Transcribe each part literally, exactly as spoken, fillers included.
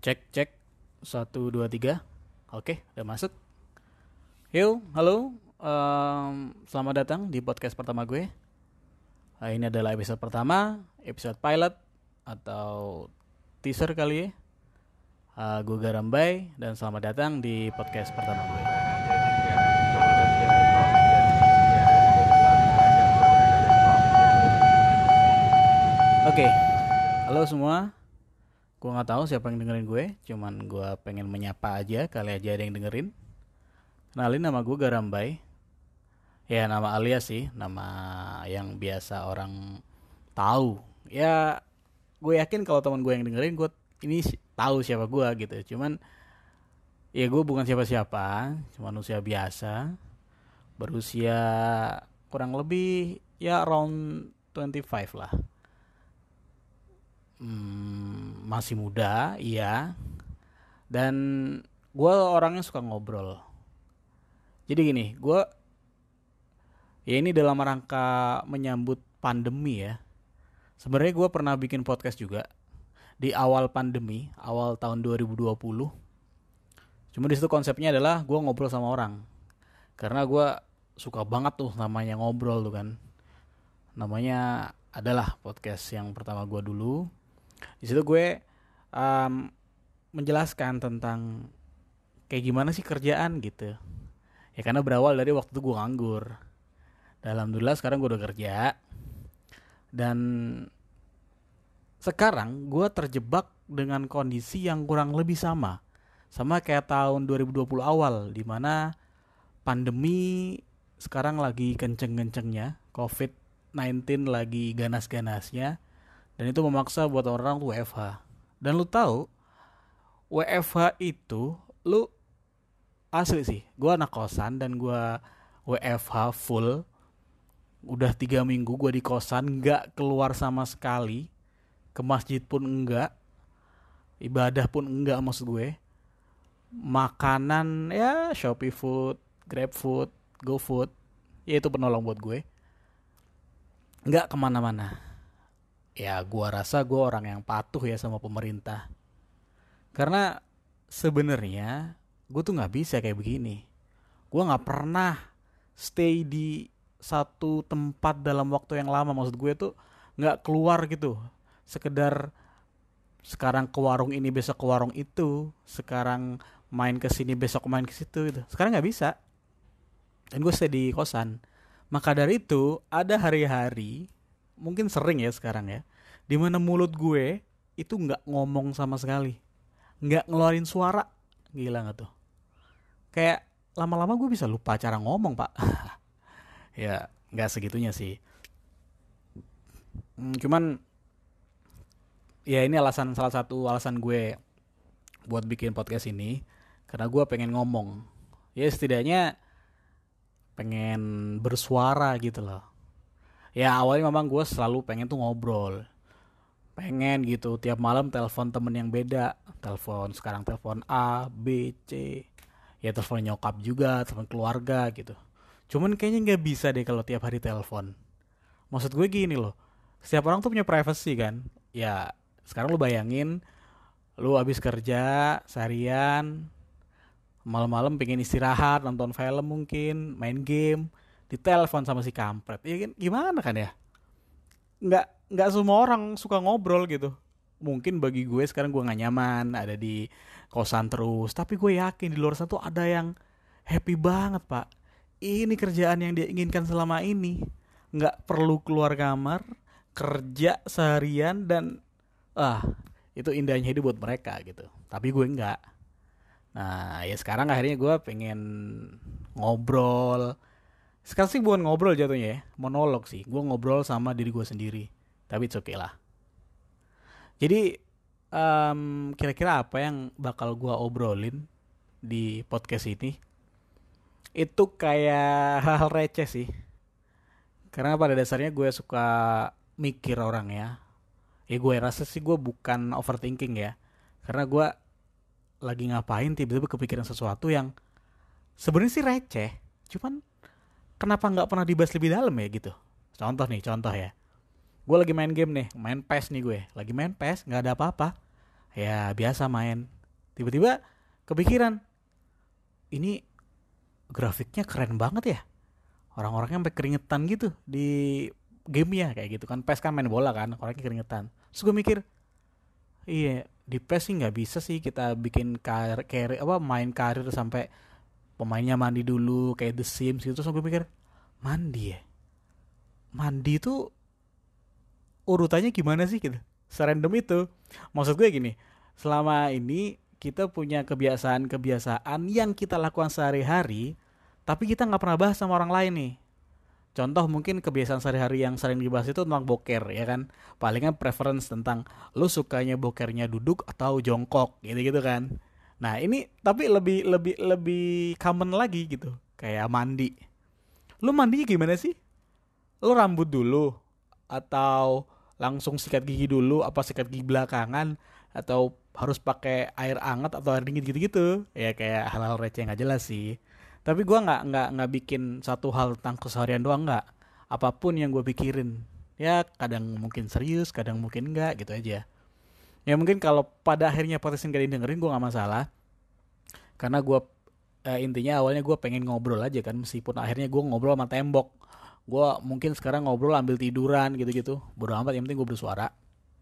Cek cek satu dua tiga. Oke, udah masuk. Yo, halo. Em, selamat datang di podcast pertama gue. Nah, ini adalah episode pertama, episode pilot atau teaser kali ya. Uh, gue Garambai dan selamat datang di podcast pertama gue. Oke, halo semua. Gue nggak tahu siapa yang dengerin gue, cuman gue pengen menyapa aja, kali aja ada yang dengerin. Kenalin, nama gue Garambai. Ya, nama alias sih, nama yang biasa orang tahu. Ya, gue yakin kalau teman gue yang dengerin, gue ini tahu siapa gue gitu. Cuman, ya gue bukan siapa-siapa, cuma manusia biasa, berusia kurang lebih ya around twenty-five lah. Hmm, masih muda, iya. Dan gue orangnya suka ngobrol. Jadi gini, gue ya ini dalam rangka menyambut pandemi ya. Sebenarnya gue pernah bikin podcast juga di awal pandemi, awal tahun dua ribu dua puluh. Cuma di situ konsepnya adalah gue ngobrol sama orang. Karena gue suka banget tuh namanya ngobrol tuh kan. Namanya adalah podcast yang pertama gue dulu. Di situ gue um, menjelaskan tentang kayak gimana sih kerjaan gitu. Ya karena berawal dari waktu itu gue nganggur. Dan alhamdulillah sekarang gue udah kerja. Dan sekarang gue terjebak dengan kondisi yang kurang lebih sama. Sama kayak tahun dua ribu dua puluh awal, dimana pandemi sekarang lagi kenceng-kencengnya, covid sembilan belas lagi ganas-ganasnya. Dan itu memaksa buat orang tuh W F H. Dan lu tahu W F H itu, lu asli sih, gue anak kosan dan gue W F H full. Udah tiga minggu gue di kosan, gak keluar sama sekali. Ke masjid pun enggak, ibadah pun enggak maksud gue. Makanan ya Shopee Food, Grab Food, GoFood, ya itu penolong buat gue. Enggak kemana-mana. Ya gua rasa gua orang yang patuh ya sama pemerintah. Karena sebenarnya gue tuh gak bisa kayak begini. Gue gak pernah stay di satu tempat dalam waktu yang lama. Maksud gue tuh gak keluar gitu. Sekedar sekarang ke warung ini, besok ke warung itu. Sekarang main ke sini, besok main ke situ gitu. Sekarang gak bisa. Dan gue stay di kosan. Maka dari itu ada hari-hari, mungkin sering ya sekarang ya, dimana mulut gue itu nggak ngomong sama sekali, nggak ngeluarin suara. Gila nggak tuh? Kayak lama-lama gue bisa lupa cara ngomong pak. Ya nggak segitunya sih. Hmm, cuman ya ini alasan, salah satu alasan gue buat bikin podcast ini, karena gue pengen ngomong. Ya setidaknya pengen bersuara gitu loh. Ya awalnya memang gue selalu pengen tuh ngobrol. Pengen gitu tiap malam telepon temen yang beda. Telepon sekarang telepon A, B, C. Ya telepon nyokap juga, telepon keluarga gitu. Cuman kayaknya gak bisa deh kalau tiap hari telepon. Maksud gue gini loh. Setiap orang tuh punya privacy kan. Ya sekarang lu bayangin. Lu abis kerja seharian. Malam-malam pengen istirahat, nonton film mungkin, main game. Ditelepon sama si kampret, ya kan gimana kan ya? Nggak nggak semua orang suka ngobrol gitu. Mungkin bagi gue sekarang gue nggak nyaman ada di kosan terus, tapi gue yakin di luar sana tuh ada yang happy banget pak. Ini kerjaan yang dia inginkan selama ini, nggak perlu keluar kamar, kerja seharian dan ah itu indahnya hidup buat mereka gitu. Tapi gue nggak. Nah ya sekarang akhirnya gue pengen ngobrol. Sekarang sih bukan ngobrol jatuhnya ya, monolog sih. Gue ngobrol sama diri gue sendiri. Tapi it's okay lah. Jadi um, kira-kira apa yang bakal gue obrolin di podcast ini? Itu kayak hal-hal receh sih. Karena pada dasarnya gue suka mikir orang ya. Ya gue rasa sih gue bukan overthinking ya. Karena gue lagi ngapain tiba-tiba kepikiran sesuatu yang sebenarnya sih receh. Cuman kenapa nggak pernah dibahas lebih dalam ya gitu. Contoh nih, contoh ya. Gue lagi main game nih, main P E S nih gue. Lagi main P E S, nggak ada apa-apa. Ya biasa main. Tiba-tiba kepikiran, ini grafiknya keren banget ya. Orang-orangnya sampai keringetan gitu di gamenya kayak gitu kan. P E S kan main bola kan, orangnya keringetan. Terus gue mikir, iya di P E S sih nggak bisa sih kita bikin karir, karir apa main karir sampai pemainnya mandi dulu kayak The Sims gitu. Terus gue pikir, mandi ya, mandi tuh urutannya gimana sih gitu, serandom itu. Maksud gue gini, selama ini kita punya kebiasaan-kebiasaan yang kita lakukan sehari-hari, tapi kita nggak pernah bahas sama orang lain nih. Contoh mungkin kebiasaan sehari-hari yang sering dibahas itu tentang boker ya kan. Palingan preference tentang lu sukanya bokernya duduk atau jongkok gitu-gitu kan. Nah, ini tapi lebih lebih lebih common lagi gitu. Kayak mandi. Lu mandinya gimana sih? Lu rambut dulu atau langsung sikat gigi dulu, apa sikat gigi belakangan, atau harus pakai air hangat atau air dingin gitu-gitu. Ya kayak hal-hal receh nggak jelas sih. Tapi gue nggak nggak nggak bikin satu hal tentang keseharian doang, nggak. Apapun yang gue pikirin, ya kadang mungkin serius, kadang mungkin enggak gitu aja. Ya mungkin kalau pada akhirnya podcast gak didengerin gue nggak masalah, karena gue eh, intinya awalnya gue pengen ngobrol aja kan, meskipun akhirnya gue ngobrol sama tembok. Gue mungkin sekarang ngobrol ambil tiduran gitu-gitu, bodo amat, yang penting gue bersuara.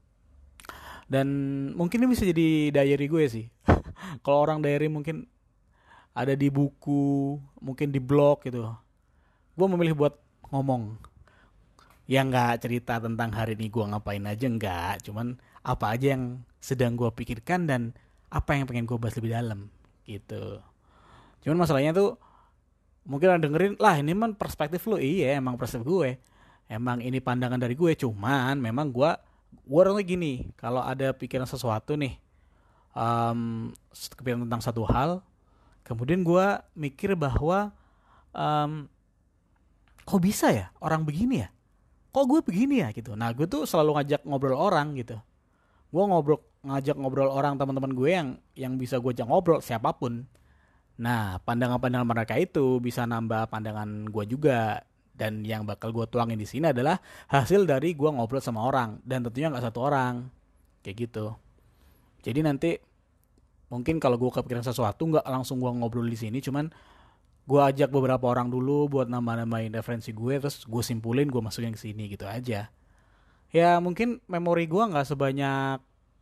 Dan mungkin ini bisa jadi diary gue sih. Kalau orang diary mungkin ada di buku, mungkin di blog gitu. Gue memilih buat ngomong. Ya nggak cerita tentang hari ini gue ngapain aja, nggak. Cuman apa aja yang sedang gue pikirkan dan apa yang pengen gue bahas lebih dalam gitu. Cuman masalahnya tuh mungkin orang dengerin, lah ini man perspektif lu. Iya emang perspektif gue. Emang ini pandangan dari gue. Cuman memang gue, gue orangnya gini. Kalau ada pikiran sesuatu nih, um, kepikiran tentang satu hal, kemudian gue mikir bahwa um, kok bisa ya orang begini ya? Kok gue begini ya gitu. Nah gue tuh selalu ngajak ngobrol orang gitu. Gue ngobrol ngajak ngobrol orang teman-teman gue yang yang bisa gue ajak ngobrol siapapun. Nah pandangan-pandangan mereka itu bisa nambah pandangan gue juga. Dan yang bakal gue tuangin di sini adalah hasil dari gue ngobrol sama orang, dan tentunya nggak satu orang kayak gitu. Jadi nanti mungkin kalau gue kepikiran sesuatu nggak langsung gue ngobrol di sini, cuman gue ajak beberapa orang dulu buat nambah-nambahin referensi gue, terus gue simpulin gue masukin ke sini gitu aja. Ya mungkin memori gue nggak sebanyak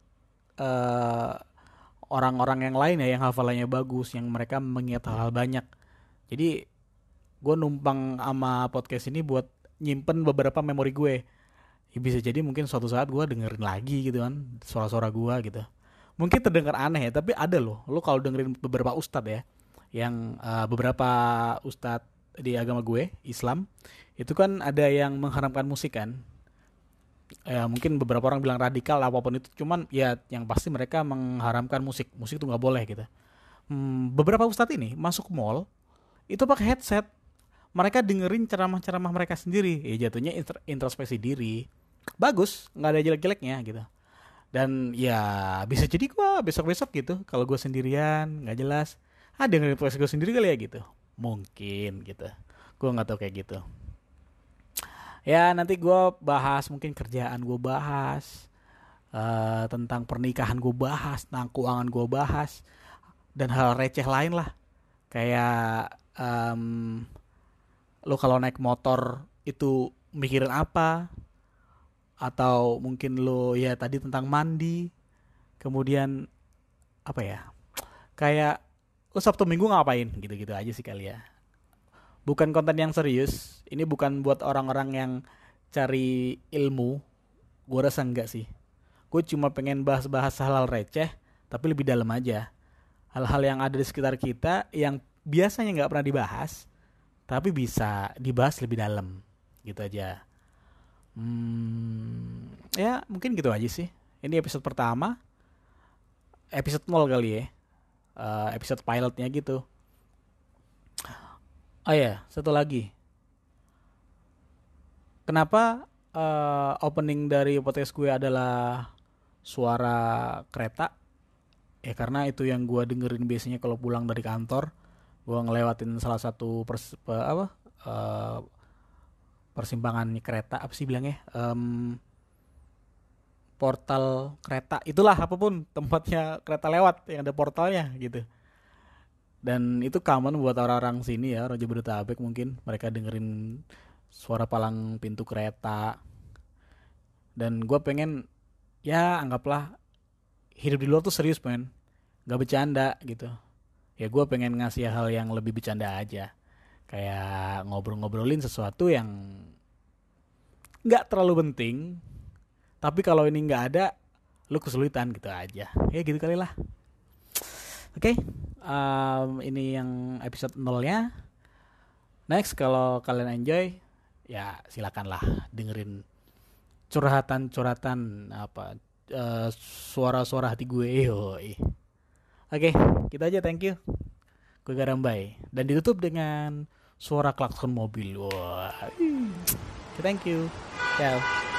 eh, orang-orang yang lain ya, yang hafalannya bagus, yang mereka mengingat hal-hal banyak. Jadi gue numpang sama podcast ini buat nyimpen beberapa memori gue. Ya, bisa jadi mungkin suatu saat gue dengerin lagi gitu kan suara-suara gue gitu. Mungkin terdengar aneh ya, tapi ada loh. Lo kalau dengerin beberapa ustadz ya, yang uh, beberapa ustadz di agama gue Islam itu kan ada yang mengharamkan musik kan. Ya mungkin beberapa orang bilang radikal apapun itu, cuman ya yang pasti mereka mengharamkan musik. Musik itu nggak boleh gitu. Hmm, beberapa ustadz ini masuk mall itu pakai headset. Mereka dengerin ceramah-ceramah mereka sendiri. Ya jatuhnya introspeksi diri. Bagus, nggak ada jelek-jeleknya gitu. Dan ya bisa jadi gue besok-besok gitu, kalau gue sendirian nggak jelas, ah dengerin podcast gue sendiri kali ya gitu, mungkin gitu. Gue nggak tahu kayak gitu. Ya nanti gue bahas, mungkin kerjaan gue bahas, uh, tentang pernikahan gue bahas, tentang keuangan gue bahas, dan hal receh lain lah. Kayak um, lo kalau naik motor itu mikirin apa, atau mungkin lo ya tadi tentang mandi, kemudian apa ya, kayak lo Sabtu Minggu ngapain gitu-gitu aja sih kali ya. Bukan konten yang serius, ini bukan buat orang-orang yang cari ilmu. Gue rasa enggak sih, gue cuma pengen bahas-bahas hal-hal receh tapi lebih dalam aja. Hal-hal yang ada di sekitar kita yang biasanya nggak pernah dibahas tapi bisa dibahas lebih dalam gitu aja. Hmm, ya mungkin gitu aja sih. Ini episode pertama, episode nol kali ya, uh, episode pilotnya gitu. Oh ya, satu lagi. Kenapa uh, opening dari podcast gue adalah suara kereta? Ya karena itu yang gue dengerin biasanya kalau pulang dari kantor. Gue ngelewatin salah satu pers, apa uh, persimpangan kereta, apa sih bilangnya, um, portal kereta, itulah apapun tempatnya kereta lewat yang ada portalnya gitu. Dan itu common buat orang-orang sini ya, orang Jabodetabek mungkin mereka dengerin suara palang pintu kereta. Dan gue pengen ya anggaplah hidup di luar tuh serius men, nggak bercanda gitu. Ya gue pengen ngasih hal yang lebih bercanda aja, kayak ngobrol-ngobrolin sesuatu yang nggak terlalu penting, tapi kalau ini nggak ada lu kesulitan gitu aja. Ya gitu kali lah. Oke, okay, um, ini yang episode nolnya. Next, kalau kalian enjoy, ya silakanlah dengerin curhatan-curhatan apa uh, suara-suara hati gue. Oke, okay, gitu aja. Thank you. Gue Garambai dan ditutup dengan suara klakson mobil. Wah, thank you. Ciao.